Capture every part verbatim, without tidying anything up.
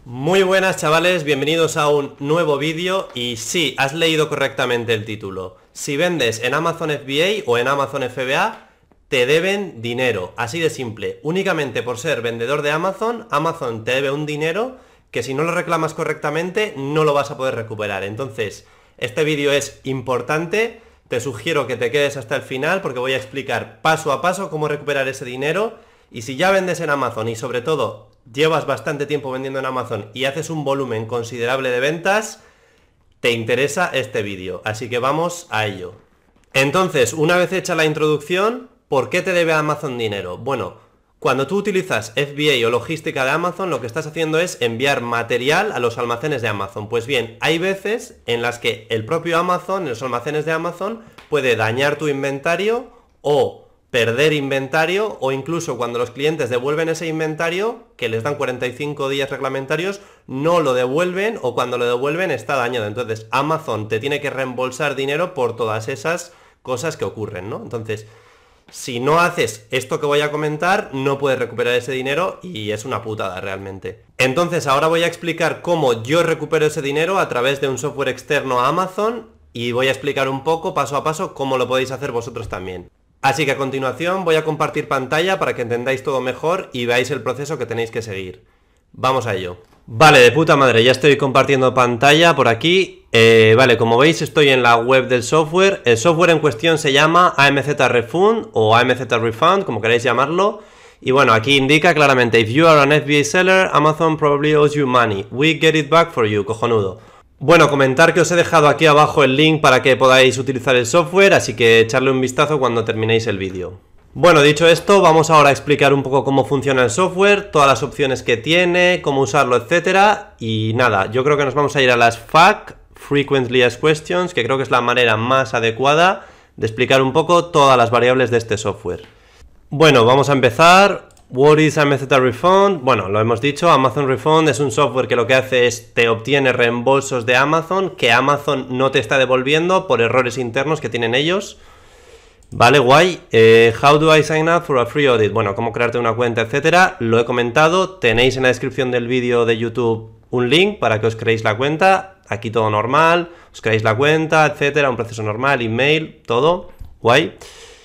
Muy buenas chavales, bienvenidos a un nuevo vídeo y sí, has leído correctamente el título. Si vendes en Amazon F B A o en Amazon F B A, te deben dinero, así de simple. Únicamente por ser vendedor de Amazon, Amazon te debe un dinero que si no lo reclamas correctamente no lo vas a poder recuperar. Entonces, este vídeo es importante, te sugiero que te quedes hasta el final porque voy a explicar paso a paso cómo recuperar ese dinero. Y si ya vendes en Amazon y sobre todo llevas bastante tiempo vendiendo en Amazon y haces un volumen considerable de ventas, te interesa este vídeo. Así que vamos a ello. Entonces, una vez hecha la introducción, ¿por qué te debe Amazon dinero? Bueno, cuando tú utilizas F B A o logística de Amazon, lo que estás haciendo es enviar material a los almacenes de Amazon. Pues bien, hay veces en las que el propio Amazon, en los almacenes de Amazon, puede dañar tu inventario o perder inventario, o incluso cuando los clientes devuelven ese inventario, que les dan cuarenta y cinco días reglamentarios, no lo devuelven o cuando lo devuelven está dañado. Entonces Amazon te tiene que reembolsar dinero por todas esas cosas que ocurren, ¿no? Entonces, si no haces esto que voy a comentar, no puedes recuperar ese dinero y es una putada realmente. Entonces ahora voy a explicar cómo yo recupero ese dinero a través de un software externo a Amazon y voy a explicar un poco paso a paso cómo lo podéis hacer vosotros también. Así que a continuación voy a compartir pantalla para que entendáis todo mejor y veáis el proceso que tenéis que seguir. Vamos a ello. Vale, de puta madre, ya estoy compartiendo pantalla por aquí. Eh, vale, como veis estoy en la web del software. El software en cuestión se llama A M Z Refund o A M Z Refund, como queráis llamarlo. Y bueno, aquí indica claramente: If you are an F B A seller, Amazon probably owes you money. We get it back for you. Cojonudo. Bueno, comentar que os he dejado aquí abajo el link para que podáis utilizar el software, así que echarle un vistazo cuando terminéis el vídeo. Bueno, dicho esto, vamos ahora a explicar un poco cómo funciona el software, todas las opciones que tiene, cómo usarlo, etcétera. Y nada, yo creo que nos vamos a ir a las F A Q, Frequently Asked Questions, que creo que es la manera más adecuada de explicar un poco todas las variables de este software. Bueno, vamos a empezar. What is A M Z Refund? Bueno, lo hemos dicho, Amazon Refund es un software que lo que hace es te obtiene reembolsos de Amazon que Amazon no te está devolviendo por errores internos que tienen ellos. Vale, guay. Eh, how do I sign up for a free audit? Bueno, cómo crearte una cuenta, etcétera. Lo he comentado, tenéis en la descripción del vídeo de YouTube un link para que os creéis la cuenta. Aquí todo normal, os creáis la cuenta, etcétera. Un proceso normal, email, todo. Guay.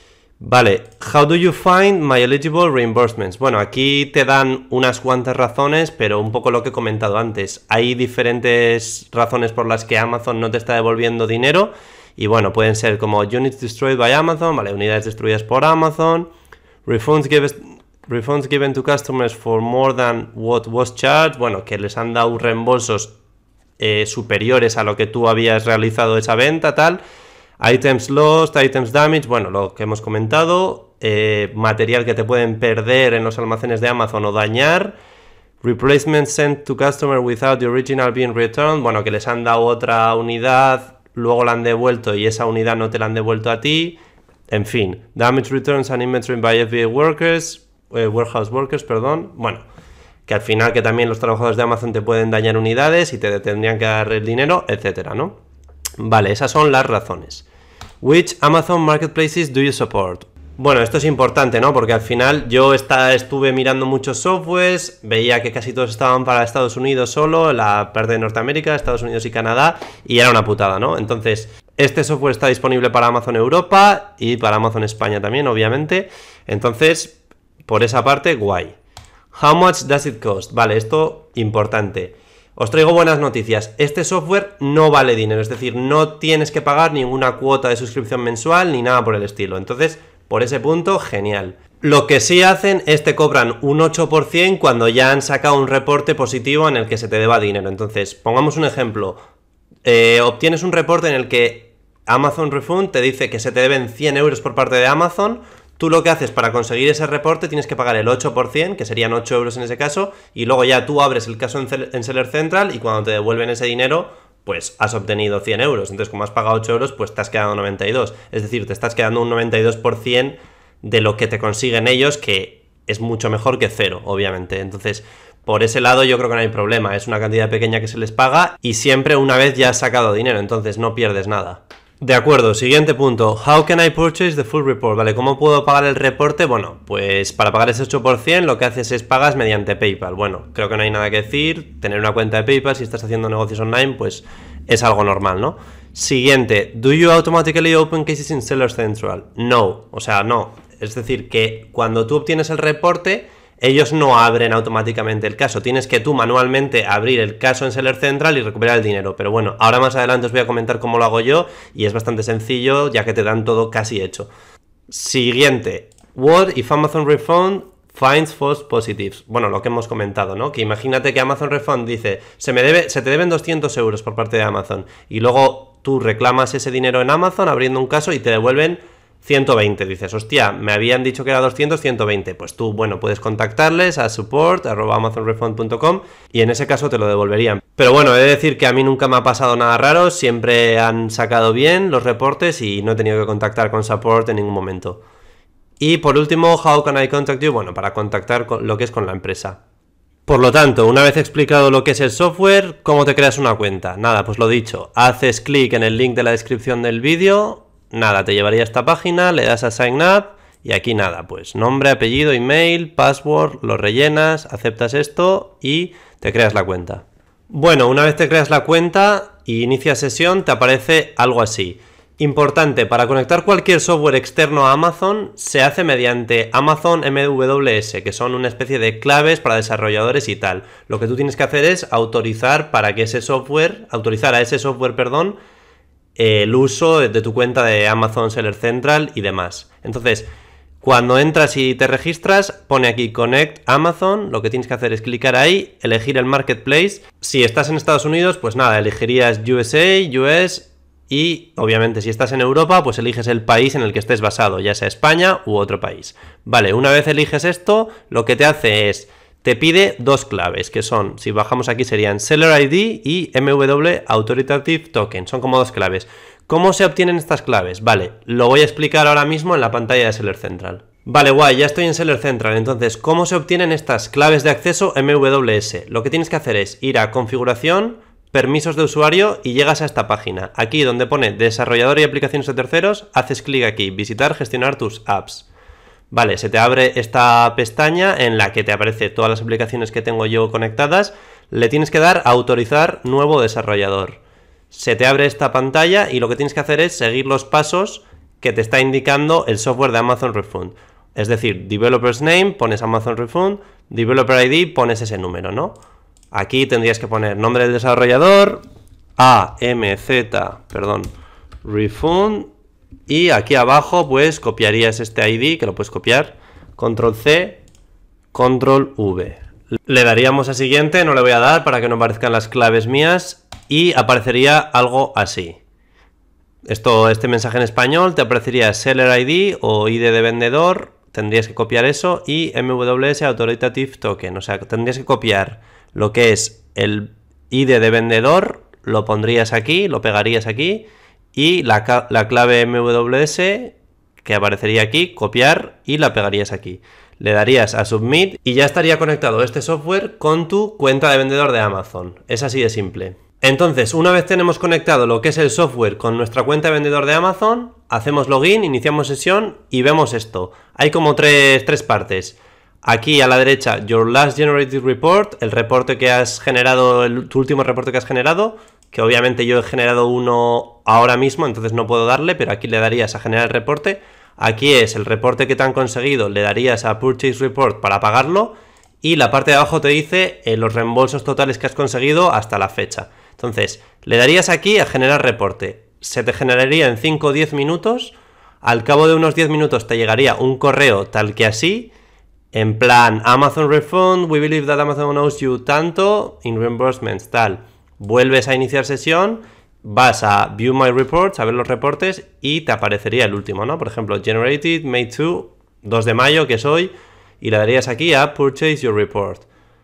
Vale, how do you find my eligible reimbursements? Bueno, aquí te dan unas cuantas razones, pero un poco lo que he comentado antes. Hay diferentes razones por las que Amazon no te está devolviendo dinero. Y bueno, pueden ser como units destroyed by Amazon, vale, unidades destruidas por Amazon, refunds given, refunds given to customers for more than what was charged, bueno, que les han dado reembolsos eh, superiores a lo que tú habías realizado esa venta, tal. Items lost, items damaged, bueno, lo que hemos comentado, eh, material que te pueden perder en los almacenes de Amazon o dañar, replacement sent to customer without the original being returned, bueno, que les han dado otra unidad, luego la han devuelto y esa unidad no te la han devuelto a ti, en fin, damage returns and inventory by F B A workers, eh, warehouse workers, perdón, bueno, que al final que también los trabajadores de Amazon te pueden dañar unidades y te tendrían que dar el dinero, etcétera, ¿no? Vale, esas son las razones. Which Amazon Marketplaces do you support? Bueno, esto es importante, ¿no? Porque al final yo está, estuve mirando muchos softwares, veía que casi todos estaban para Estados Unidos solo, la parte de Norteamérica, Estados Unidos y Canadá, y era una putada, ¿no? Entonces, este software está disponible para Amazon Europa y para Amazon España también, obviamente. Entonces, por esa parte, guay. How much does it cost? Vale, esto importante. Os traigo buenas noticias. Este software no vale dinero, es decir, no tienes que pagar ninguna cuota de suscripción mensual ni nada por el estilo. Entonces, por ese punto, genial. Lo que sí hacen es te cobran un ocho por ciento cuando ya han sacado un reporte positivo en el que se te deba dinero. Entonces, pongamos un ejemplo. Eh, obtienes un reporte en el que Amazon Refund te dice que se te deben cien euros por parte de Amazon. Tú lo que haces para conseguir ese reporte tienes que pagar el ocho por ciento, que serían ocho euros en ese caso, y luego ya tú abres el caso en Seller Central y cuando te devuelven ese dinero, pues has obtenido cien euros. Entonces, como has pagado ocho euros, pues te has quedado noventa y dos. Es decir, te estás quedando un noventa y dos por ciento de lo que te consiguen ellos, que es mucho mejor que cero, obviamente. Entonces, por ese lado yo creo que no hay problema. Es una cantidad pequeña que se les paga y siempre una vez ya has sacado dinero, entonces no pierdes nada. De acuerdo, siguiente punto. How can I purchase the full report? Vale, ¿cómo puedo pagar el reporte? Bueno, pues para pagar ese ocho por ciento lo que haces es pagas mediante PayPal. Bueno, creo que no hay nada que decir. Tener una cuenta de PayPal si estás haciendo negocios online, pues es algo normal, ¿no? Siguiente. Do you automatically open cases in Seller Central? No, o sea, no. Es decir, que cuando tú obtienes el reporte, ellos no abren automáticamente el caso. Tienes que tú manualmente abrir el caso en Seller Central y recuperar el dinero. Pero bueno, ahora más adelante os voy a comentar cómo lo hago yo y es bastante sencillo ya que te dan todo casi hecho. Siguiente. What if Amazon Refund finds false positives? Bueno, lo que hemos comentado, ¿no? Que imagínate que Amazon Refund dice, se me debe, se te deben doscientos euros por parte de Amazon y luego tú reclamas ese dinero en Amazon abriendo un caso y te devuelven ciento veinte, dices, hostia, me habían dicho que era doscientos, ciento veinte, pues tú, bueno, puedes contactarles a support arroba amazon refund punto com y en ese caso te lo devolverían. Pero bueno, he de decir que a mí nunca me ha pasado nada raro, siempre han sacado bien los reportes y no he tenido que contactar con support en ningún momento. Y por último, how can I contact you? Bueno, para contactar con lo que es con la empresa. Por lo tanto, una vez explicado lo que es el software, ¿cómo te creas una cuenta? Nada, pues lo dicho, haces clic en el link de la descripción del vídeo. Nada, te llevaría a esta página, le das a Sign Up y aquí nada, pues nombre, apellido, email, password, lo rellenas, aceptas esto y te creas la cuenta. Bueno, una vez te creas la cuenta y inicias sesión, te aparece algo así. Importante, para conectar cualquier software externo a Amazon se hace mediante Amazon M W S, que son una especie de claves para desarrolladores y tal. Lo que tú tienes que hacer es autorizar para que ese software, autorizar a ese software, perdón, el uso de tu cuenta de Amazon Seller Central y demás. Entonces, cuando entras y te registras, pone aquí Connect Amazon, lo que tienes que hacer es clicar ahí, elegir el Marketplace. Si estás en Estados Unidos, pues nada, elegirías U S A, U S y obviamente si estás en Europa, pues eliges el país en el que estés basado, ya sea España u otro país. Vale, una vez eliges esto, lo que te hace es, te pide dos claves, que son, si bajamos aquí serían Seller I D y M W Authoritative Token, son como dos claves. ¿Cómo se obtienen estas claves? Vale, lo voy a explicar ahora mismo en la pantalla de Seller Central. Vale, guay, ya estoy en Seller Central, entonces, ¿cómo se obtienen estas claves de acceso M W S? Lo que tienes que hacer es ir a Configuración, Permisos de usuario y llegas a esta página. Aquí donde pone Desarrollador y aplicaciones de terceros, haces clic aquí, Visitar, gestionar tus apps. Vale, se te abre esta pestaña en la que te aparece todas las aplicaciones que tengo yo conectadas. Le tienes que dar a autorizar nuevo desarrollador. Se te abre esta pantalla y lo que tienes que hacer es seguir los pasos que te está indicando el software de Amazon Refund. Es decir, Developer's Name, pones Amazon Refund, Developer I D, pones ese número, ¿no? Aquí tendrías que poner nombre del desarrollador, A M Z, perdón, Refund. Y aquí abajo pues copiarías este I D, que lo puedes copiar, control C, control V. Le daríamos a siguiente, no le voy a dar para que no aparezcan las claves mías y aparecería algo así. Esto, este mensaje en español te aparecería Seller I D o I D de vendedor, tendrías que copiar eso y M W S Authoritative Token, o sea, tendrías que copiar lo que es el I D de vendedor, lo pondrías aquí, lo pegarías aquí. Y la, la clave M W S que aparecería aquí, copiar y la pegarías aquí. Le darías a Submit y ya estaría conectado este software con tu cuenta de vendedor de Amazon. Es así de simple. Entonces, una vez tenemos conectado lo que es el software con nuestra cuenta de vendedor de Amazon, hacemos login, iniciamos sesión y vemos esto. Hay como tres, tres partes. Aquí a la derecha, Your Last Generated Report, el reporte que has generado, el, tu último reporte que has generado, que obviamente yo he generado uno ahora mismo, entonces no puedo darle, pero aquí le darías a generar el reporte. Aquí es el reporte que te han conseguido, le darías a Purchase Report para pagarlo y la parte de abajo te dice eh, los reembolsos totales que has conseguido hasta la fecha. Entonces, le darías aquí a generar reporte. Se te generaría en cinco o diez minutos, al cabo de unos diez minutos te llegaría un correo tal que así, en plan Amazon Refund, we believe that Amazon owes you tanto, in reimbursements, tal. Vuelves a iniciar sesión, vas a View My Reports, a ver los reportes y te aparecería el último, ¿no? Por ejemplo, Generated, May dos, dos de mayo, que es hoy, y le darías aquí a Purchase Your Report.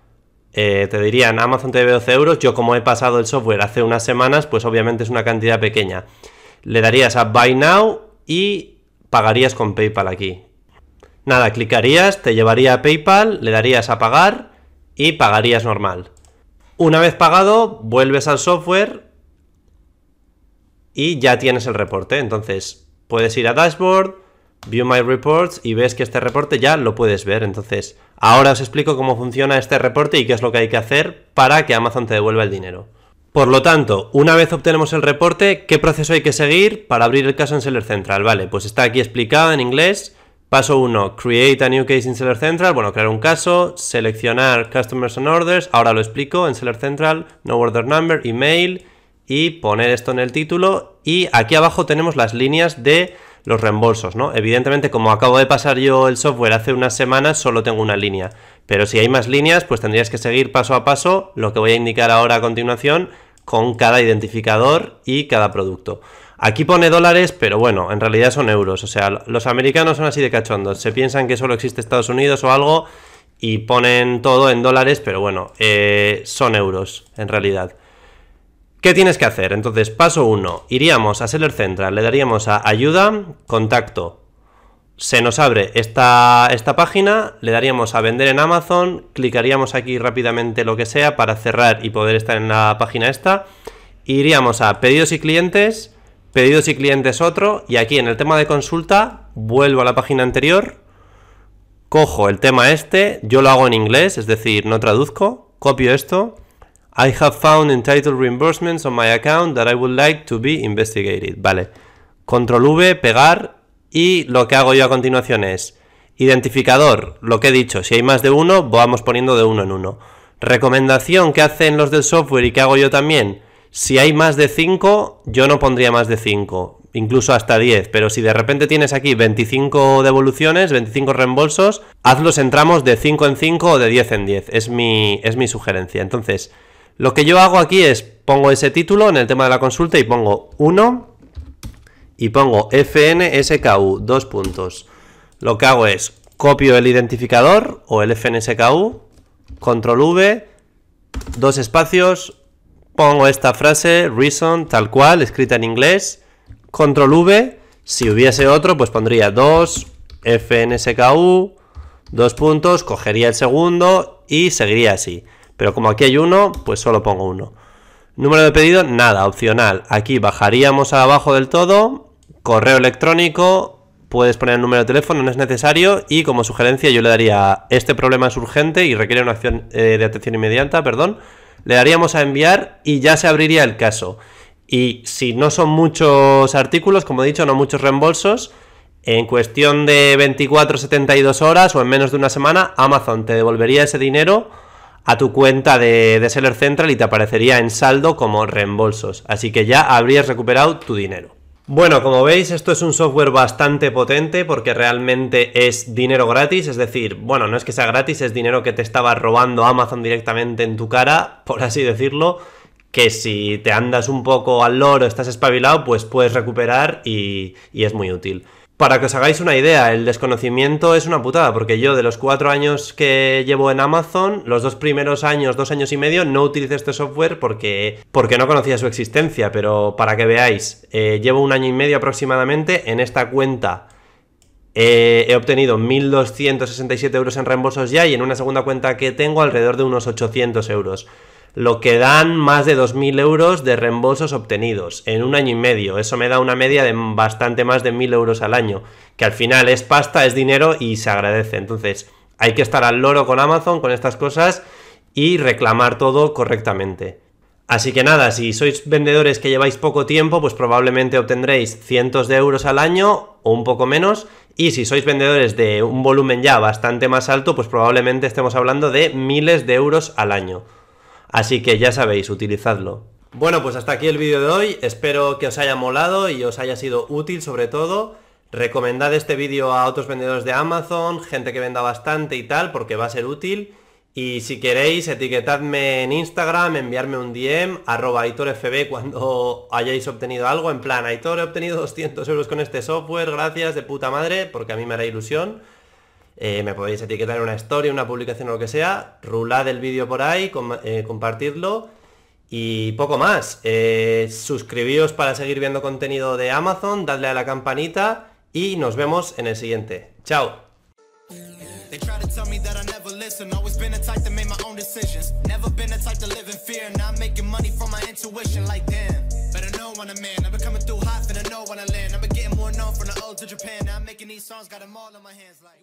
Eh, te dirían Amazon te debe doce euros, yo como he pasado el software hace unas semanas, pues obviamente es una cantidad pequeña. Le darías a Buy Now y pagarías con PayPal aquí. Nada, clicarías, te llevaría a PayPal, le darías a pagar y pagarías normal. Una vez pagado, vuelves al software y ya tienes el reporte. Entonces puedes ir a Dashboard, View My Reports y ves que este reporte ya lo puedes ver. Entonces ahora os explico cómo funciona este reporte y qué es lo que hay que hacer para que Amazon te devuelva el dinero. Por lo tanto, una vez obtenemos el reporte, ¿qué proceso hay que seguir para abrir el caso en Seller Central? Vale, pues está aquí explicado en inglés. Paso uno, create a new case in Seller Central. Bueno, crear un caso, seleccionar Customers and Orders. Ahora lo explico en Seller Central, no order number, email y poner esto en el título. Y aquí abajo tenemos las líneas de los reembolsos, ¿no? Evidentemente, como acabo de pasar yo el software hace unas semanas, solo tengo una línea. Pero si hay más líneas, pues tendrías que seguir paso a paso lo que voy a indicar ahora a continuación con cada identificador y cada producto. Aquí pone dólares, pero bueno, en realidad son euros. O sea, los americanos son así de cachondos. Se piensan que solo existe Estados Unidos o algo y ponen todo en dólares, pero bueno, eh, son euros en realidad. ¿Qué tienes que hacer? Entonces, paso uno, iríamos a Seller Central, le daríamos a ayuda, contacto. Se nos abre esta, esta página, le daríamos a vender en Amazon, clicaríamos aquí rápidamente lo que sea para cerrar y poder estar en la página esta. Iríamos a pedidos y clientes, pedidos y clientes otro, y aquí en el tema de consulta vuelvo a la página anterior, cojo el tema este, yo lo hago en inglés, es decir, no traduzco, copio esto. I have found entitled reimbursements on my account that I would like to be investigated. Vale, control V, pegar, y lo que hago yo a continuación es identificador, lo que he dicho, si hay más de uno, vamos poniendo de uno en uno. Recomendación que hacen los del software y que hago yo también, si hay más de cinco, yo no pondría más de cinco, incluso hasta diez, pero si de repente tienes aquí veinticinco devoluciones, veinticinco reembolsos, hazlos en tramos de cinco en cinco o de diez en diez, es mi, es mi sugerencia. Entonces, lo que yo hago aquí es, pongo ese título en el tema de la consulta y pongo uno y pongo F N S K U, dos puntos. Lo que hago es, copio el identificador o el F N S K U, control V, dos espacios, pongo esta frase, reason, tal cual, escrita en inglés, control V, si hubiese otro, pues pondría dos, F N S K U, dos puntos, cogería el segundo y seguiría así. Pero como aquí hay uno, pues solo pongo uno. Número de pedido, nada, opcional. Aquí bajaríamos abajo del todo, correo electrónico, puedes poner el número de teléfono, no es necesario, y como sugerencia yo le daría, este problema es urgente y requiere una acción eh, de atención inmediata, perdón, le daríamos a enviar y ya se abriría el caso. Y si no son muchos artículos, como he dicho, no muchos reembolsos, en cuestión de veinticuatro a setenta y dos horas o en menos de una semana, Amazon te devolvería ese dinero a tu cuenta de, de Seller Central y te aparecería en saldo como reembolsos. Así que ya habrías recuperado tu dinero. Bueno, como veis, esto es un software bastante potente porque realmente es dinero gratis, es decir, bueno, no es que sea gratis, es dinero que te estaba robando Amazon directamente en tu cara, por así decirlo, que si te andas un poco al loro, estás espabilado, pues puedes recuperar y, y es muy útil. Para que os hagáis una idea, el desconocimiento es una putada, porque yo de los cuatro años que llevo en Amazon, los dos primeros años, dos años y medio, no utilicé este software porque, porque no conocía su existencia, pero para que veáis, eh, llevo un año y medio aproximadamente, en esta cuenta eh, he obtenido mil doscientos sesenta y siete euros en reembolsos ya y en una segunda cuenta que tengo alrededor de unos ochocientos euros. Lo que dan más de dos mil euros de reembolsos obtenidos en un año y medio. Eso me da una media de bastante más de mil euros al año, que al final es pasta, es dinero y se agradece. Entonces hay que estar al loro con Amazon, con estas cosas y reclamar todo correctamente. Así que nada, si sois vendedores que lleváis poco tiempo, pues probablemente obtendréis cientos de euros al año o un poco menos. Y si sois vendedores de un volumen ya bastante más alto, pues probablemente estemos hablando de miles de euros al año. Así que ya sabéis, utilizadlo. Bueno, pues hasta aquí el vídeo de hoy. Espero que os haya molado y os haya sido útil sobre todo. Recomendad este vídeo a otros vendedores de Amazon, gente que venda bastante y tal, porque va a ser útil. Y si queréis, etiquetadme en Instagram, enviarme un D M, arroba aitorfb cuando hayáis obtenido algo. En plan, Aitor, he obtenido doscientos euros con este software, gracias, de puta madre, porque a mí me hará ilusión. Eh, me podéis etiquetar en una story, una publicación o lo que sea, rulad el vídeo por ahí, com eh, compartidlo y poco más. Eh, suscribíos para seguir viendo contenido de Amazon, dadle a la campanita y nos vemos en el siguiente. ¡Chao! They try to tell me that I never listen. Always been the type to make my own decisions. Never been the type to live in fear. Not making money from my intuition like damn. Better know when I'm in. I've been coming through hot, finna know when I land. I've been getting more known from the old to Japan. Now I'm making these songs, got them all in my hands like.